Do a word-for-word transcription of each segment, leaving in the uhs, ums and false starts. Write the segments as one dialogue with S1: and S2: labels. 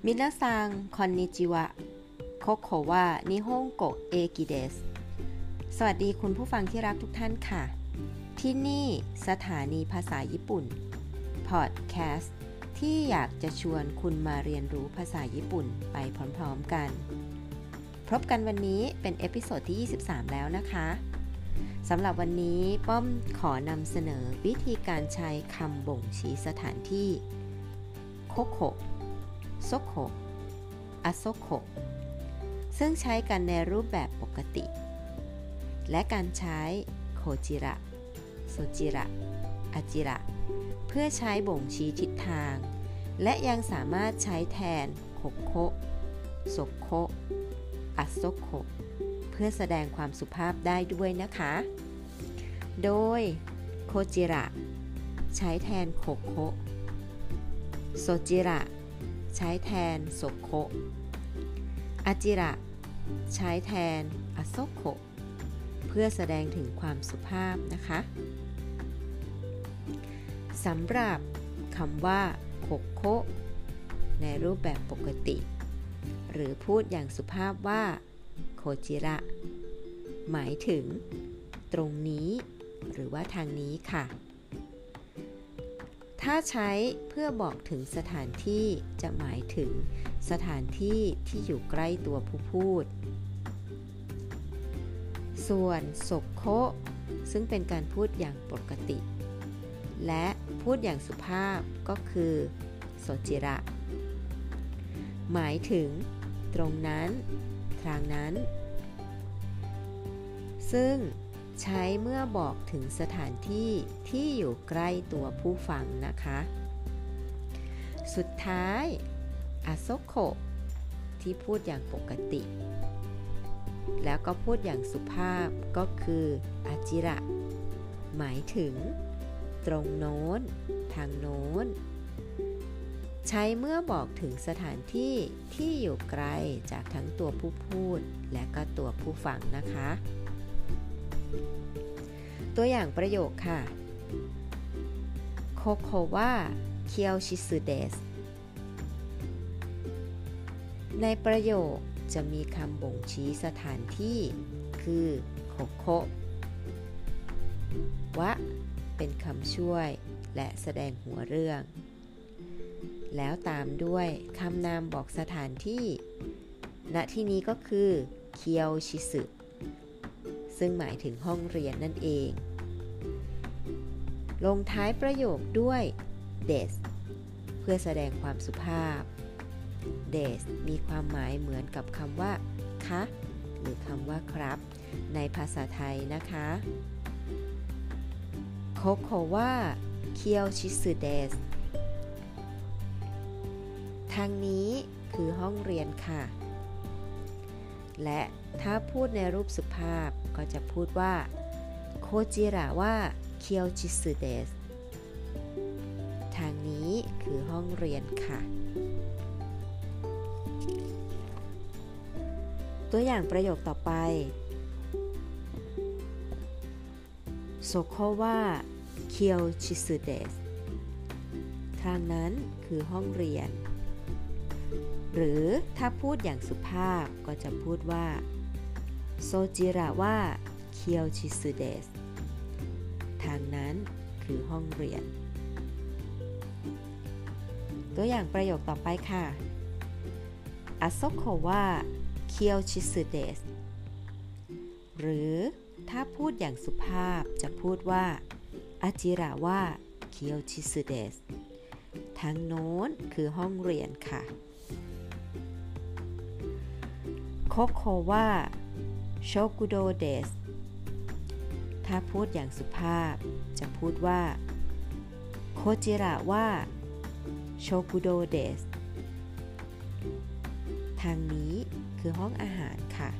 S1: มินาซังคอนนิจิวะโคโควะนิฮงโกเอกิเดสสวัสดีคุณผู้ฟังที่รักทุกท่านค่ะที่นี่สถานีภาษาญี่ปุ่นพอดแคสต์ที่อยากจะชวนคุณมาเรียนรู้ภาษาญี่ปุ่นไปพร้อมๆกันพบกันวันนี้เป็นเอพิโซดที่ยี่สิบสามแล้วนะคะสำหรับวันนี้ป้อมขอนำเสนอวิธีการใช้คำบ่งชี้สถานที่โคโคโซโคอาโซโคซึ่งใช้กันในรูปแบบปกติและการใช้โคจิระโซจิระอาจิระเพื่อใช้บ่งชี้ทิศทางและยังสามารถใช้แทนโคโคโซโคอาโซโคเพื่อแสดงความสุภาพได้ด้วยนะคะโดยโคจิระใช้แทนโคโคโซจิระใช้แทนโซโคอาจิระใช้แทนอาโซโคเพื่อแสดงถึงความสุภาพนะคะสำหรับคำว่าโคโคในรูปแบบปกติหรือพูดอย่างสุภาพว่าโคจิระหมายถึงตรงนี้หรือว่าทางนี้ค่ะถ้าใช้เพื่อบอกถึงสถานที่จะหมายถึงสถานที่ที่อยู่ใกล้ตัวผู้พูดส่วนโซโคซึ่งเป็นการพูดอย่างปกติและพูดอย่างสุภาพก็คือโซจิระหมายถึงตรงนั้นทางนั้นซึ่งใช้เมื่อบอกถึงสถานที่ที่อยู่ใกล้ตัวผู้ฟังนะคะสุดท้ายอาโซโคที่พูดอย่างปกติแล้วก็พูดอย่างสุภาพก็คืออาจิระหมายถึงตรงโน้นทางโน้นใช้เมื่อบอกถึงสถานที่ที่อยู่ไกลจากทั้งตัวผู้พูดและก็ตัวผู้ฟังนะคะตัวอย่างประโยคค่ะโคโควะเคียวชิสึเดสในประโยคจะมีคำบ่งชี้สถานที่คือโคโควะเป็นคำช่วยและแสดงหัวเรื่องแล้วตามด้วยคำนามบอกสถานที่ณที่นี้ก็คือเคียวชิสึซึ่งหมายถึงห้องเรียนนั่นเองลงท้ายประโยคด้วยเดสเพื่อแสดงความสุภาพเดสมีความหมายเหมือนกับคำว่าคะหรือคำว่าครับในภาษาไทยนะคะโคโควะเคียวชิสึเดสทางนี้คือห้องเรียนค่ะและถ้าพูดในรูปสุภาพก็จะพูดว่าโคจิระว่าเคียวชิสึเดสทางนี้คือห้องเรียนค่ะตัวอย่างประโยคต่อไปโซโควะเคียวชิสึเดสทางนั้นคือห้องเรียนหรือถ้าพูดอย่างสุภาพก็จะพูดว่าโซจิระว่าเคียวชิสึเดสทางนั้นคือห้องเรียนตัวอย่างประโยคต่อไปค่ะอาโซโควะเคียวชิสึเดสหรือถ้าพูดอย่างสุภาพจะพูดว่าอาจิระว่าเคียวชิสึเดสทางโน้นคือห้องเรียนค่ะโคโควะโชกุโดเดสถ้าพูดอย่างสุภาพจะพูดว่าโคจิระว่าโชกุโดเดสทางนี้คือห้องอาหารค่ะ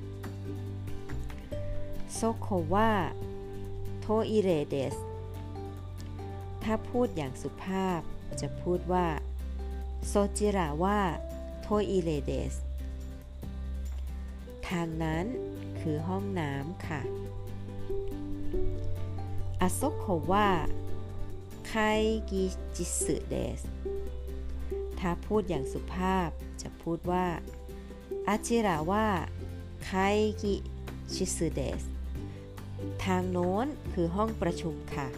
S1: โซโควะโทอิเรเดสถ้าพูดอย่างสุภาพจะพูดว่าโซจิระว่าโทอิเรเดสทางนั้นคือห้องน้ำค่ะอาโซโควะไคกิจิสึเดสถ้าพูดอย่างสุภาพจะพูดว่าอาจิระว่าไคกิชิสึเดสทางโน้นคือห้องประชุมค่ะ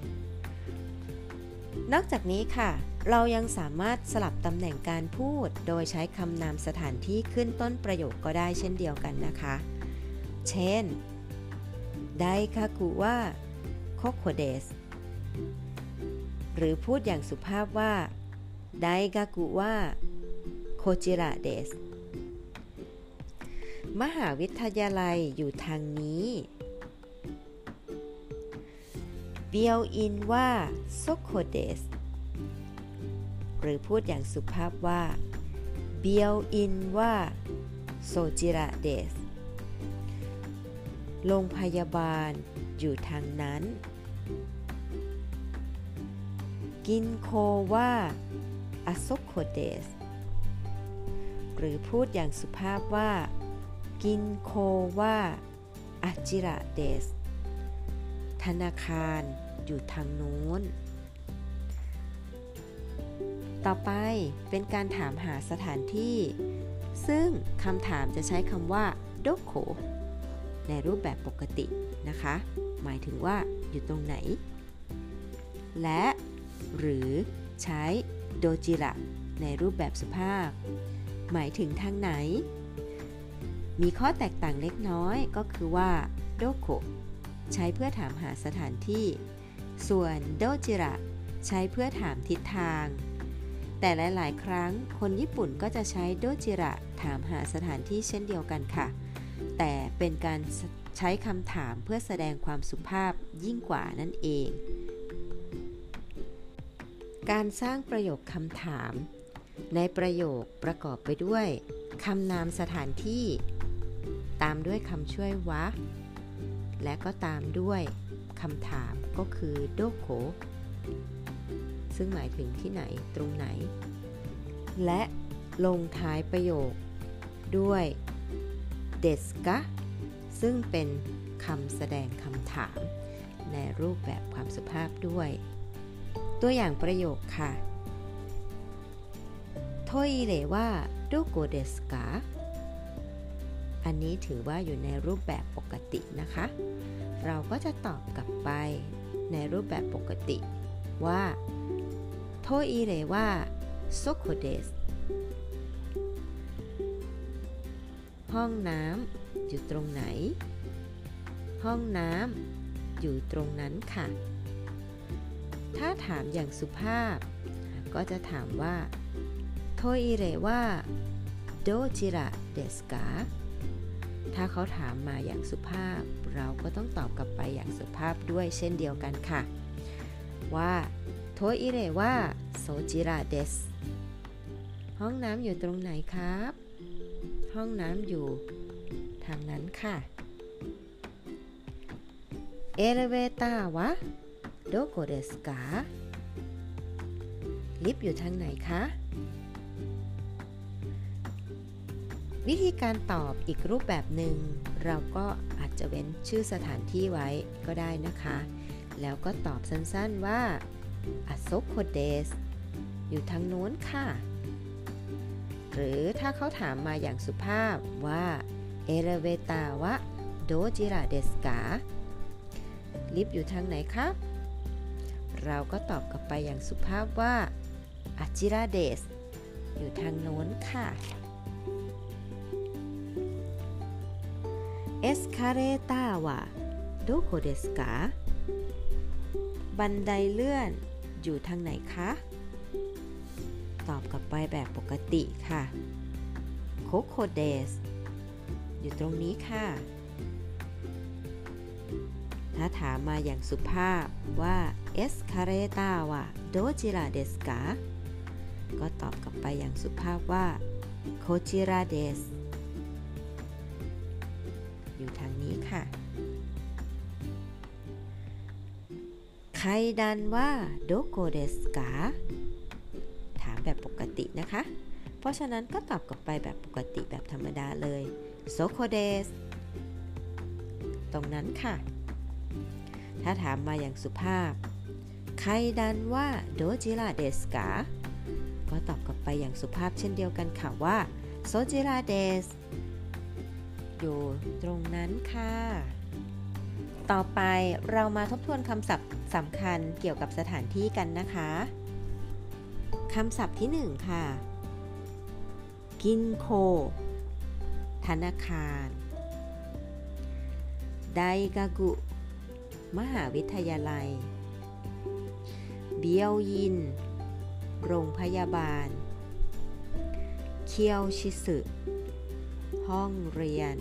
S1: นอกจากนี้ค่ะเรายังสามารถสลับตำแหน่งการพูดโดยใช้คำนามสถานที่ขึ้นต้นประโยคก็ได้เช่นเดียวกันนะคะเช่นไดคากุว่าโคโคเดสหรือพูดอย่างสุภาพว่าไดกากุว่าโคจิระเดสมหาวิทยาลัยอยู่ทางนี้เบียวอินว่าโซโคเดสหรือพูดอย่างสุภาพว่าเบียวอินว่าโซจิระเดสโรงพยาบาลอยู่ทางนั้นกินโคว่าอาโซโคเดสหรือพูดอย่างสุภาพว่ากินโคว่าอาจิระเดสธนาคารอยู่ทางโน้นต่อไปเป็นการถามหาสถานที่ซึ่งคำถามจะใช้คำว่าโดโคในรูปแบบปกตินะคะหมายถึงว่าอยู่ตรงไหนและหรือใช้โดจิระในรูปแบบสุภาพหมายถึงทางไหนมีข้อแตกต่างเล็กน้อยก็คือว่าโดโคใช้เพื่อถามหาสถานที่ส่วนโดจิระใช้เพื่อถามทิศทางแต่หลายๆครั้งคนญี่ปุ่นก็จะใช้โดจิระถามหาสถานที่เช่นเดียวกันค่ะแต่เป็นการใช้คำถามเพื่อแสดงความสุภาพยิ่งกว่านั่นเองการสร้างประโยคคำถามในประโยคประกอบไปด้วยคำนามสถานที่ตามด้วยคำช่วยวะและก็ตามด้วยคำถามก็คือโดโคซึ่งหมายถึงที่ไหนตรงไหนและลงท้ายประโยคด้วยเดสกะซึ่งเป็นคำแสดงคำถามในรูปแบบความสุภาพด้วยตัวอย่างประโยคค่ะโทอิเรว่าโดโกเดสกะอันนี้ถือว่าอยู่ในรูปแบบปกตินะคะเราก็จะตอบกลับไปในรูปแบบปกติว่าโทอิเรว่าโซโคเดสห้องน้ำอยู่ตรงไหนห้องน้ำอยู่ตรงนั้นค่ะถ้าถามอย่างสุภาพก็จะถามว่าโทอิเรว่าโดจิระเดสกะถ้าเขาถามมาอย่างสุภาพเราก็ต้องตอบกลับไปอย่างสุภาพด้วยเช่นเดียวกันค่ะว่าโทอิเรว่าโซจิระเดสห้องน้ำอยู่ตรงไหนครับห้องน้ำอยู่ทางนั้นค่ะเอเลเวเตอร์วะโดโกเดสกะลิฟต์อยู่ทางไหนคะวิธีการตอบอีกรูปแบบหนึ่งเราก็อาจจะเว้นชื่อสถานที่ไว้ก็ได้นะคะแล้วก็ตอบสั้นๆว่าอาโซโคเดสอยู่ทางโน้นค่ะหรือถ้าเขาถามมาอย่างสุภาพว่าเอเลเวเตอร์วะโดจิระเดสกะลิฟต์อยู่ทางไหนครับเราก็ตอบกลับไปอย่างสุภาพว่าอาจิระเดสอยู่ทางโน้นค่ะเอสคาเลเตอร์วะโดโกเดสกะบันไดเลื่อนอยู่ทางไหนคะตอบกลับไปแบบปกติค่ะโคโคเดสอยู่ตรงนี้ค่ะถ้าถามมาอย่างสุภาพว่าเอสคาเลเตอร์วะโดจิระเดสกะก็ตอบกลับไปอย่างสุภาพว่าโคจิระเดสอยู่ทางนี้ค่ะไคดันว่าโดโกเดสกะถามแบบปกตินะคะเพราะฉะนั้นก็ตอบกลับไปแบบปกติแบบธรรมดาเลยโซโคเดสตรงนั้นค่ะถ้าถามมาอย่างสุภาพไคดันว่าโดจิระเดสกะก็ก็ตอบกลับไปอย่างสุภาพเช่นเดียวกันค่ะว่าโซจิราเดสอยู่ตรงนั้นค่ะต่อไปเรามาทบทวนคำศัพท์สำคัญเกี่ยวกับสถานที่กันนะคะคำศัพท์ที่หนึ่งค่ะกินโคธนาคารไดกากุมหาวิทยาลัยเบียวยินโรงพยาบาลเคียวชิสึห้องเรียน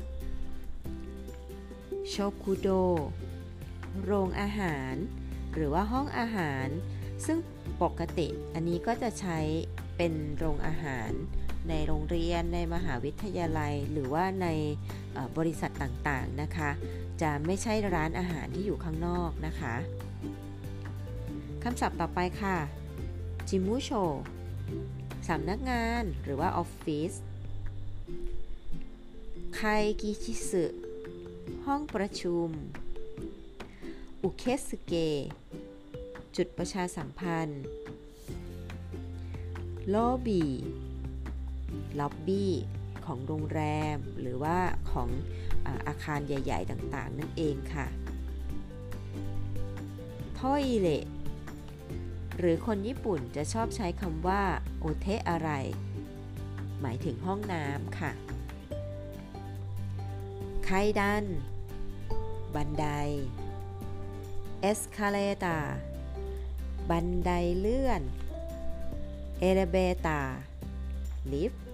S1: โชคุโดโรงอาหารหรือว่าห้องอาหารซึ่งปกติอันนี้ก็จะใช้เป็นโรงอาหารในโรงเรียนในมหาวิทยาลัยหรือว่าในบริษัทต่างๆนะคะจะไม่ใช่ร้านอาหารที่อยู่ข้างนอกนะคะคำศัพท์ต่อไปค่ะจิมุโชสำนักงานหรือว่าออฟฟิศไคกิชิสึห้องประชุมอุเคสึเกะจุดประชาสัมพันธ์โลบีล็อบบี้ของโรงแรมหรือว่าของอาอาคารใหญ่ๆต่างๆนั่นเองค่ะโทอิเระหรือคนญี่ปุ่นจะชอบใช้คำว่าโอเทะอะไรหมายถึงห้องน้ำค่ะไคดันบันไดเอสคาเลเตอร์บันไดเลื่อนเอเลเวเตอร์ลิฟต์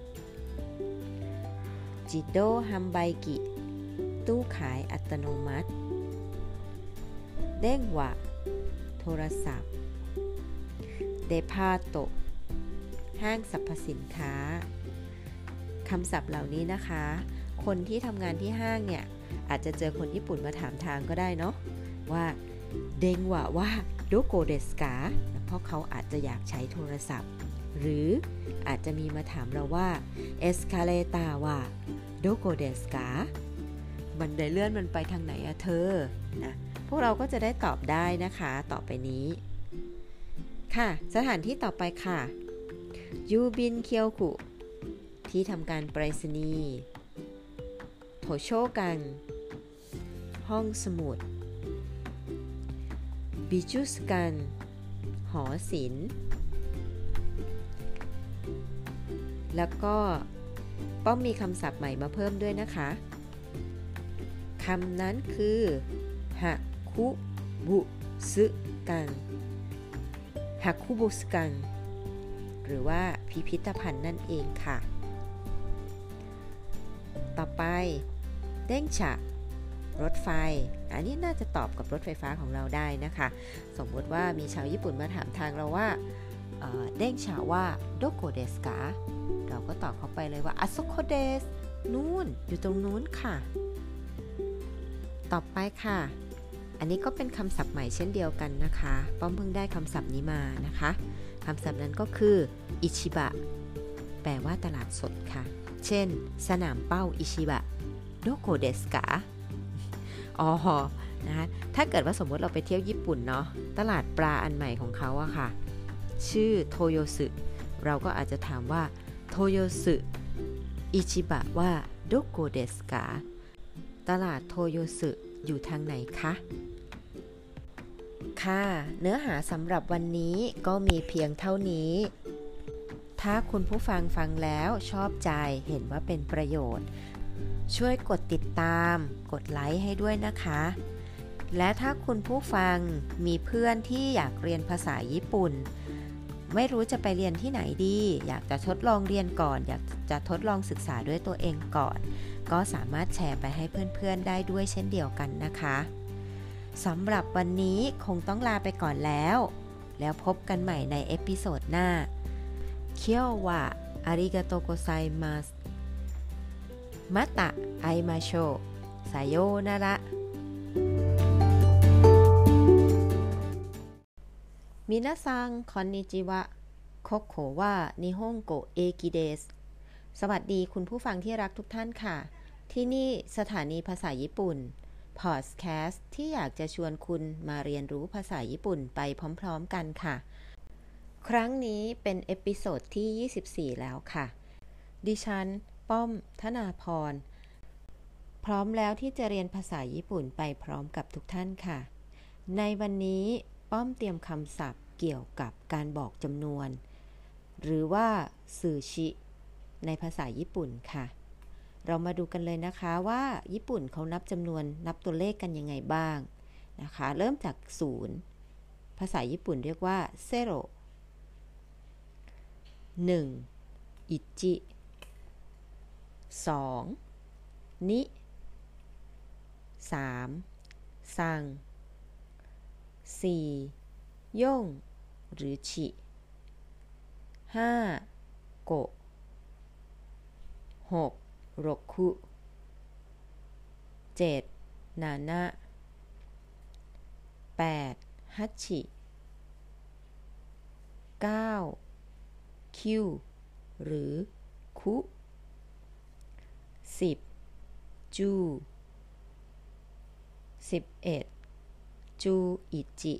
S1: จิโดฮัมไบกิตู้ขายอัตโนมัติเด้งหวะโทรศัพท์เดพาโตห้างสรรพสินค้าคำศัพท์เหล่านี้นะคะคนที่ทำงานที่ห้างเนี่ยอาจจะเจอคนญี่ปุ่นมาถามทางก็ได้เนาะว่าเด้งหวะว่าโดโกเดสกาเพราะเขาอาจจะอยากใช้โทรศัพท์หรืออาจจะมีมาถามเราว่าเอสคาเลเตอร์ว่าโดโกเดสกาบันไดเลื่อนมันไปทางไหนอะเธอนะพวกเราก็จะได้ตอบได้นะคะต่อไปนี้ค่ะสถานที่ต่อไปค่ะยูบินเคียวคุที่ทำการไปรษณีย์โถโชกังห้องสมุดบิจุสกันหอศิลป์แล้วก็ต้องมีคำศัพท์ใหม่มาเพิ่มด้วยนะคะคำนั้นคือฮะคุบุสึกังฮะคุบุสึกังหรือว่าพิพิธภัณฑ์นั่นเองค่ะต่อไปเด้งฉะรถไฟอันนี้น่าจะตอบกับรถไฟฟ้าของเราได้นะคะสมมติว่ามีชาวญี่ปุ่นมาถามทางเราว่าเอ่อเด้งฉะว่าโดโกเดสกาเราก็ตอบเขาไปเลยว่าอาโซโคเดสนู่นอยู่ตรงนู้นค่ะต่อไปค่ะอันนี้ก็เป็นคำศัพท์ใหม่เช่นเดียวกันนะคะป้อมเพิ่งได้คำศัพท์นี้มานะคะคำศัพท์นั้นก็คืออิชิบะแปลว่าตลาดสดค่ะเช่นสนามเป้าอิชิบะโดโกเดสกาอ๋อนะคะถ้าเกิดว่าสมมติเราไปเที่ยวญี่ปุ่นเนาะตลาดปลาอันใหม่ของเขาอะค่ะชื่อโทโยสึเราก็อาจจะถามว่าโทโยสึอิชิบะว่าโดโกเดสกาตลาดโทโยสึอยู่ทางไหนคะค่ะเนื้อหาสำหรับวันนี้ก็มีเพียงเท่านี้ถ้าคุณผู้ฟังฟังแล้วชอบใจเห็นว่าเป็นประโยชน์ช่วยกดติดตามกดไลค์ให้ด้วยนะคะและถ้าคุณผู้ฟังมีเพื่อนที่อยากเรียนภาษาญี่ปุ่นไม่รู้จะไปเรียนที่ไหนดีอยากจะทดลองเรียนก่อนอยากจะทดลองศึกษาด้วยตัวเองก่อนก็สามารถแชร์ไปให้เพื่อนๆได้ด้วยเช่นเดียวกันนะคะสำหรับวันนี้คงต้องลาไปก่อนแล้วแล้วพบกันใหม่ในเอพิโซดหน้าเคียววะอาริกาโตโกไซมัสมาตะไอมาโชไซโยนาระมินาซังคอนนิจิวะโคโควะนิฮงโกเอกิเดสสวัสดีคุณผู้ฟังที่รักทุกท่านค่ะที่นี่สถานีภาษาญี่ปุ่นพอดแคสต์ที่อยากจะชวนคุณมาเรียนรู้ภาษาญี่ปุ่นไปพร้อมๆกันค่ะครั้งนี้เป็นเอพิโซดที่ยี่สิบสี่แล้วค่ะดิฉันป้อมธนาพรพร้อมแล้วที่จะเรียนภาษาญี่ปุ่นไปพร้อมกับทุกท่านค่ะในวันนี้ป้อมเตรียมคำศัพท์เกี่ยวกับการบอกจำนวนหรือว่าซูชิในภาษาญี่ปุ่นค่ะเรามาดูกันเลยนะคะว่าญี่ปุ่นเขานับจำนวนนับตัวเลขกันยังไงบ้างนะคะเริ่มจากศูนย์ภาษาญี่ปุ่นเรียกว่าเซโรหนึ่งอิจิสองนิสามซังสี่ย่งหรือชิห้าโกะหกโรคุเจ็ดนานะแปดฮัตชิเก้าคิวหรือคุสิบจูสิบเอ็ดจูอิจิ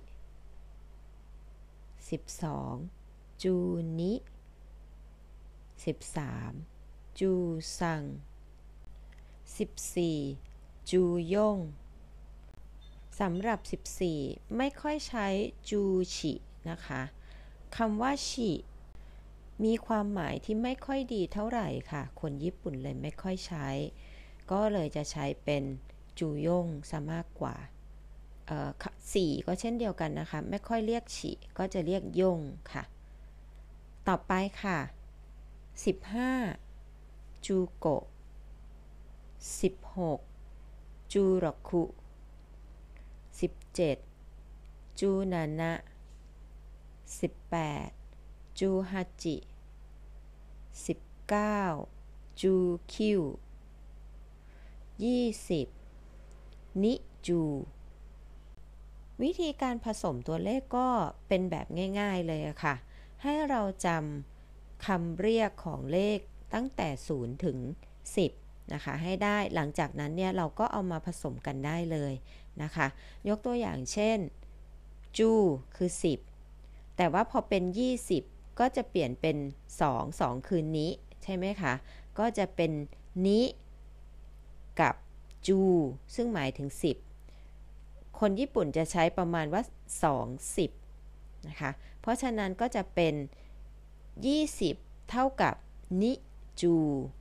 S1: สิบสองจูนิสิบสามจูซังสิบสี่จูย่งสำหรับสิบสี่ไม่ค่อยใช้จูชินะคะคำว่าชิมีความหมายที่ไม่ค่อยดีเท่าไหร่ค่ะคนญี่ปุ่นเลยไม่ค่อยใช้ก็เลยจะใช้เป็นจูย่งซะมากกว่าเอ่อสี่ก็เช่นเดียวกันนะคะไม่ค่อยเรียกชิก็จะเรียกย่งค่ะต่อไปค่ะสิบห้าจูโกะสิบหกจูโรคุสิบเจ็ดจูนานะสิบแปดจูฮัจิสิบเก้าจูคิวยี่สิบนิจูวิธีการผสมตัวเลขก็เป็นแบบง่ายๆเลยค่ะให้เราจำคำเรียกของเลขตั้งแต่ศูนย์ถึงสิบนะคะให้ได้หลังจากนั้นเนี่ยเราก็เอามาผสมกันได้เลยนะคะยกตัวอย่างเช่นจูคือสิบแต่ว่าพอเป็นยี่สิบก็จะเปลี่ยนเป็นสอง สองคือนิใช่ไหมคะก็จะเป็นนิกับจูซึ่งหมายถึงสิบคนญี่ปุ่นจะใช้ประมาณว่าสอง สิบนะคะเพราะฉะนั้นก็จะเป็นยี่สิบเท่ากับนิจู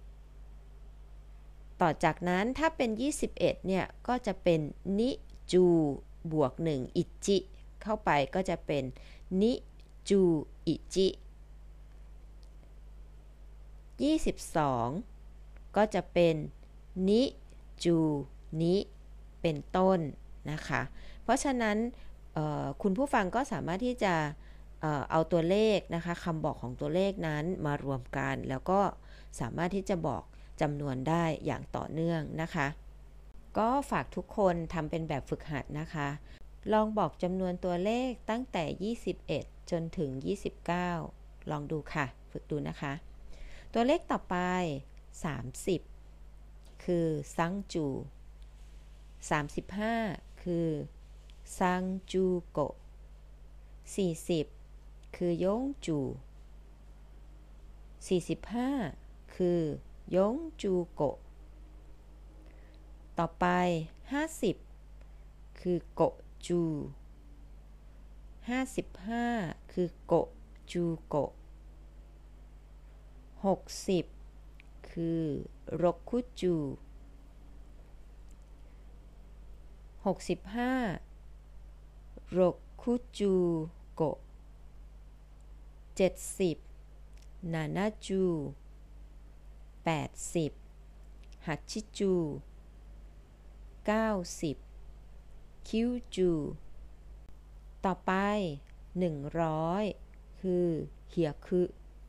S1: ต่อจากนั้นถ้าเป็นยี่สิบเอ็ดเนี่ยก็จะเป็นนิจูบวกหนึ่งอิจิเข้าไปก็จะเป็นนิจูอิจิยี่สิบสองก็จะเป็นนิจูนิเป็นต้นนะคะเพราะฉะนั้นคุณผู้ฟังก็สามารถที่จะเอ่อเอาตัวเลขนะคะคำบอกของตัวเลขนั้นมารวมกันแล้วก็สามารถที่จะบอกจำนวนได้อย่างต่อเนื่องนะคะก็ฝากทุกคนทำเป็นแบบฝึกหัดนะคะลองบอกจำนวนตัวเลขตั้งแต่ยี่สิบเอ็ดจนถึงยี่สิบเก้าลองดูค่ะฝึกดูนะคะตัวเลขต่อไปสามสิบคือซังจูสามสิบห้าคือซังจูโกะสี่สิบคือยงจูสี่สิบห้าคือยงจูโกะต่อไปห้าสิบคือโกะจูห้าสิบห้าคือโกะจูโกะหกสิบคือโรคุจูหกสิบห้าโรคุจูโกะเจ็ดสิบนานาจูแปดสิบฮัตชิจูเก้าสิบคิวจูต่อไปหนึ่งร้อยคือเฮียคุ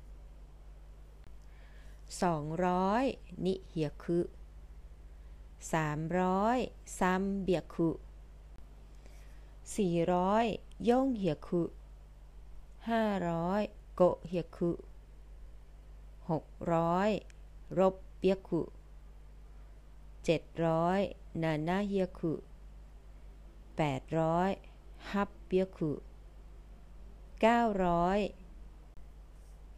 S1: สองร้อยนิเฮียคุสามร้อยซัมเบียคุสี่ร้อยย่งเฮียคุห้าร้อยโกะเฮียคุหกร้อยรบเบียคุเจ็ดร้อยนานาเฮียคุแปดร้อยฮับเบียคุเก้าร้อย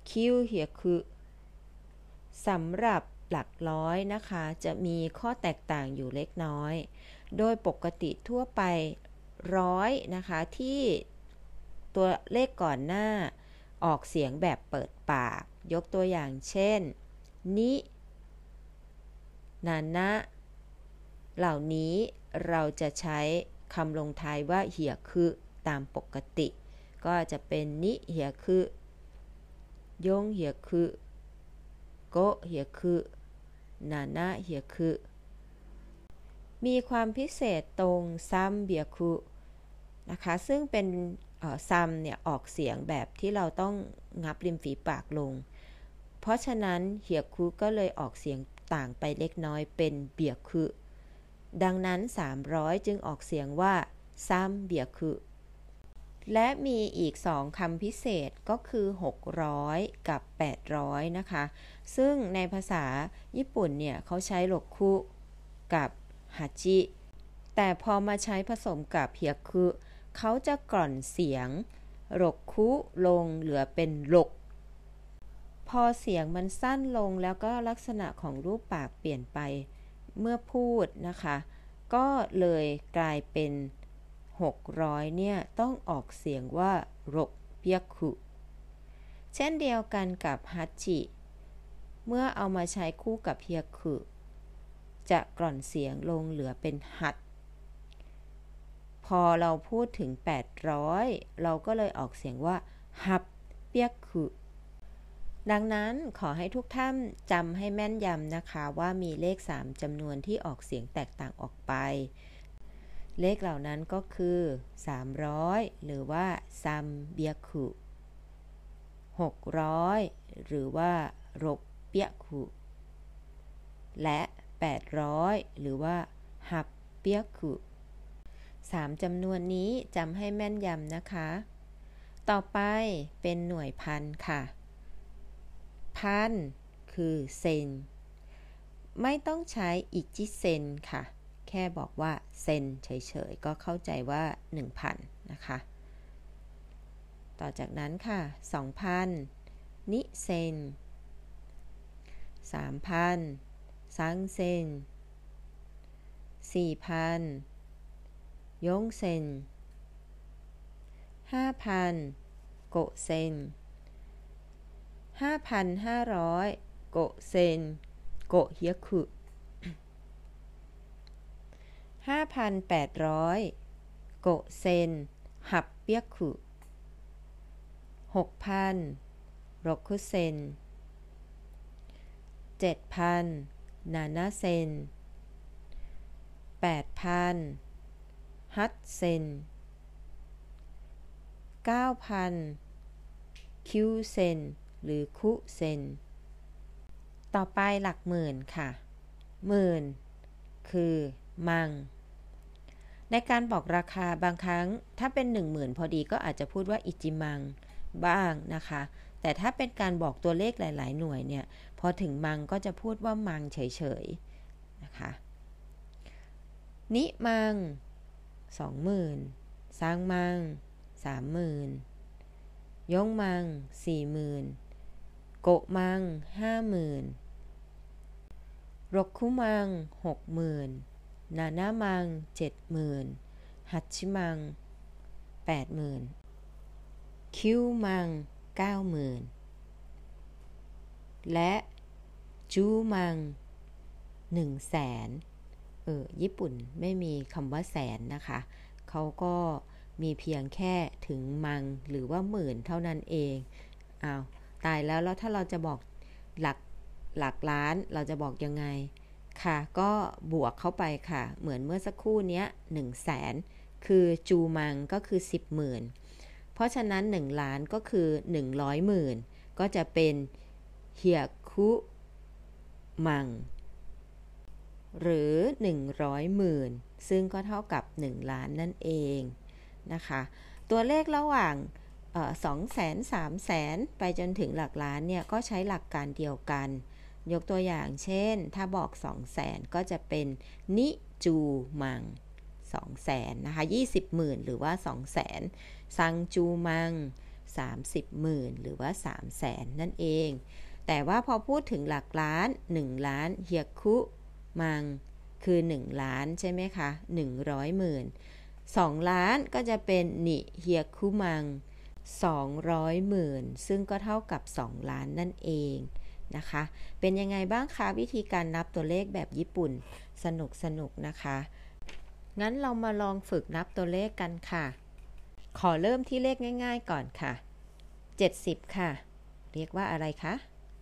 S1: คิวเหียคือสำหรับหลักร้อยนะคะจะมีข้อแตกต่างอยู่เล็กน้อยโดยปกติทั่วไปร้อยนะคะที่ตัวเลขก่อนหน้าออกเสียงแบบเปิดปากยกตัวอย่างเช่นนินานะเหล่านี้เราจะใช้คำลงท้ายว่าเหียคือตามปกติก็จะเป็นนิเหียคือยงเหียคือโกเหียคือนานะเหียคือมีความพิเศษตรงซัมเบียคุนะคะซึ่งเป็นซัมเนี่ยออกเสียงแบบที่เราต้องงับริมฝีปากลงเพราะฉะนั้นเหียคุก็เลยออกเสียงต่างไปเล็กน้อยเป็นเบียคุดังนั้นสามร้อยจึงออกเสียงว่าซัมเบียคุและมีอีกสองคำพิเศษก็คือหกร้อยกับแปดร้อยนะคะซึ่งในภาษาญี่ปุ่นเนี่ยเขาใช้โรคุกับฮาจิแต่พอมาใช้ผสมกับเฮียคุเขาจะกร่อนเสียงโรคุลงเหลือเป็นโรกพอเสียงมันสั้นลงแล้วก็ลักษณะของรูปปากเปลี่ยนไปเมื่อพูดนะคะก็เลยกลายเป็นหกร้อยเนี่ยต้องออกเสียงว่าโรกเปียคุเช่นเดียวกันกับฮัจิเมื่อเอามาใช้คู่กับเฮียคุจะกร่อนเสียงลงเหลือเป็นหัดพอเราพูดถึงแปดร้อยเราก็เลยออกเสียงว่าฮับเปียคุดังนั้นขอให้ทุกท่านจำให้แม่นยำนะคะว่ามีเลขสามจำนวนที่ออกเสียงแตกต่างออกไปเลขเหล่านั้นก็คือสามร้อยหรือว่าซัมเบียคุหกร้อยหรือว่าโรกเปียคุและแปดร้อยหรือว่าฮับเปียคุสามจำนวนนี้จำให้แม่นยำนะคะต่อไปเป็นหน่วยพันค่ะพันคือเซนไม่ต้องใช้อิจิเซนค่ะแค่บอกว่าเซนเฉยๆก็เข้าใจว่า หนึ่งพัน นะคะต่อจากนั้นค่ะ สองพัน นิเซน สามพัน ซังเซน สี่พัน ยงเซน ห้าพัน โกเซน ห้าพันห้าร้อย โกเซน โกเฮียคุห้าพันแปดร้อยโกเซนหับเปียคุหกพันโรคุเซนเจ็ดพันนานาเซนแปดพันฮัตเซนเก้าพันคิวเซนหรือคุเซนต่อไปหลักหมื่นค่ะหมื่นคือมังในการบอกราคาบางครั้งถ้าเป็นหนึ่งหมื่นพอดีก็อาจจะพูดว่าอิจิมังบ้างนะคะแต่ถ้าเป็นการบอกตัวเลขหลายๆหน่วยเนี่ยพอถึงมังก็จะพูดว่ามังเฉยๆนะคะนิมังสองหมื่นซังมังสามหมื่นยงมังสี่หมื่นโกมังห้าหมื่นโรคุมังหกหมื่นนานามังเจ็ดหมื่นฮัตชิมังแปดหมื่นคิวมังเก้าหมื่นและจูมังหนึ่งแสนเออญี่ปุ่นไม่มีคำว่าแสนนะคะเขาก็มีเพียงแค่ถึงมังหรือว่าหมื่นเท่านั้นเองอ้าวตายแล้วแล้วถ้าเราจะบอกหลักหลักล้านเราจะบอกยังไงค่ะก็บวกเข้าไปค่ะเหมือนเมื่อสักครู่เนี้ยหนึ่งแสนคือจูมังก็คือสิบหมื่นเพราะฉะนั้นหนึ่งล้านก็คือหนึ่งร้อยหมื่นก็จะเป็นเฮียคุมังหรือหนึ่งร้อยหมื่นซึ่งก็เท่ากับหนึ่งล้านนั่นเองนะคะตัวเลขระหว่างสองแสนสามแสนไปจนถึงหลักล้านเนี่ยก็ใช้หลักการเดียวกันยกตัวอย่างเช่นถ้าบอกสองแสนก็จะเป็นนิจูมังสองแสนนะคะยี่สิบหมื่นหรือว่าสองแสนซังจูมังสามสิบหมื่นหรือว่าสามแสนนั่นเองแต่ว่าพอพูดถึงหลักล้านหนึ่งล้านเฮียคุมังคือหนึ่งล้านใช่ไหมคะหนึ่งร้อยหมื่นสองล้านก็จะเป็นนิเฮียคุมังสองร้อยหมื่นซึ่งก็เท่ากับสองล้านนั่นเองนะคะเป็นยังไงบ้างคะวิธีการนับตัวเลขแบบญี่ปุ่นสนุกสนุกนะคะงั้นเรามาลองฝึกนับตัวเลขกันค่ะขอเริ่มที่เลขง่ายๆก่อนค่ะเจ็ดสิบค่ะเรียกว่าอะไรคะ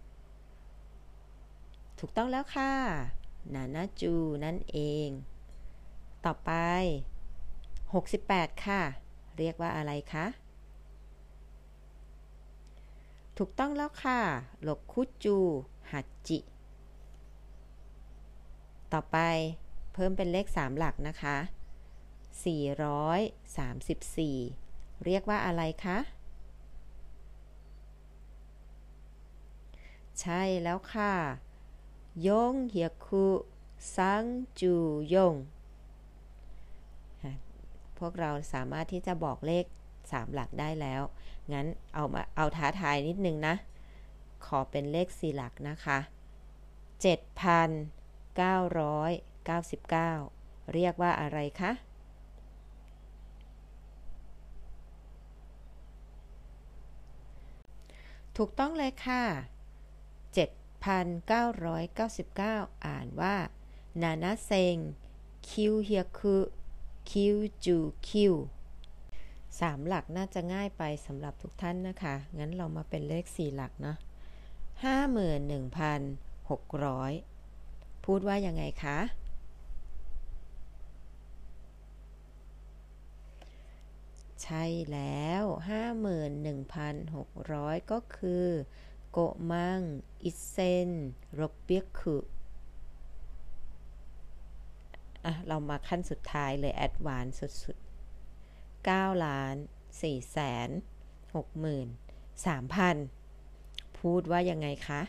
S1: ถูกต้องแล้วค่ะนานาจูนั่นเองต่อไปหกสิบแปดค่ะเรียกว่าอะไรคะถูกต้องแล้วค่ะโลคุจูฮัจจิต่อไปเพิ่มเป็นเลขสามหลักนะคะสี่ร้อยสามสิบสี่เรียกว่าอะไรคะใช่แล้วค่ะยงเฮียคุซังจูยงพวกเราสามารถที่จะบอกเลขสามหลักได้แล้วงั้นเอามาเอาท้าทายนิดนึงนะขอเป็นเลขสี่หลักนะคะ เจ็ดพันเก้าร้อยเก้าสิบเก้า เรียกว่าอะไรคะถูกต้องเลยค่ะ เจ็ดพันเก้าร้อยเก้าสิบเก้า อ่านว่านานาเซงคิวเฮียคุคิวจูคิวสามหลักน่าจะง่ายไปสำหรับทุกท่านนะคะงั้นเรามาเป็นเลขสี่หลักเนาะ ห้าหมื่นหนึ่งพันหกร้อย พูดว่ายังไงคะใช่แล้ว ห้าหมื่นหนึ่งพันหกร้อย ก็คือโกมังอิเซนโรเปียคุอ่ะเรามาขั้นสุดท้ายเลยแอดวานซ์สุดๆ เก้าล้านสี่แสนหกหมื่นสามพัน พูดว่ายังไงคะ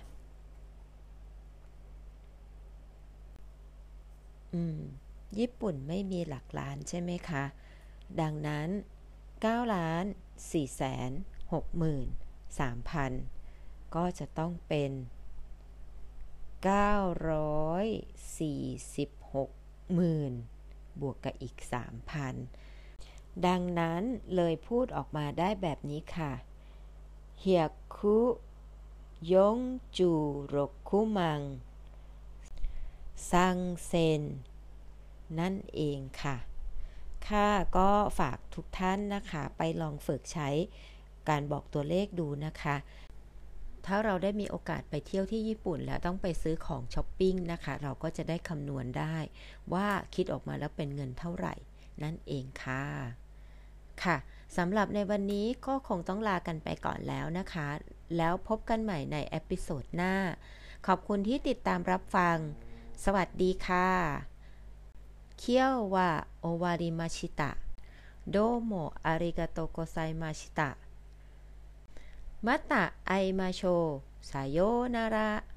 S1: อืมญี่ปุ่นไม่มีหลักล้านใช่ไหมคะดังนั้นเก้าล้านสี่แสนหกหมื่นสามพันก็จะต้องเป็นเก้าร้อยสี่สิบหกหมื่นบวกกับอีก สามพัน ดังนั้นเลยพูดออกมาได้แบบนี้ค่ะเฮียคุยงจูรคุมังซังเซนนั่นเองค่ะค่ะก็ฝากทุกท่านนะคะไปลองฝึกใช้การบอกตัวเลขดูนะคะถ้าเราได้มีโอกาสไปเที่ยวที่ญี่ปุ่นแล้วต้องไปซื้อของช้อปปิ้งนะคะเราก็จะได้คำนวณได้ว่าคิดออกมาแล้วเป็นเงินเท่าไหร่นั่นเองค่ะค่ะสำหรับในวันนี้ก็คงต้องลากันไปก่อนแล้วนะคะแล้วพบกันใหม่ในเอพิโซดหน้าขอบคุณที่ติดตามรับฟังสวัสดีค่ะเคียวว่าโอวาริมาชิตะโดโมอาริกาโตโกไซมาชิตะまた会いましょう。さようなら。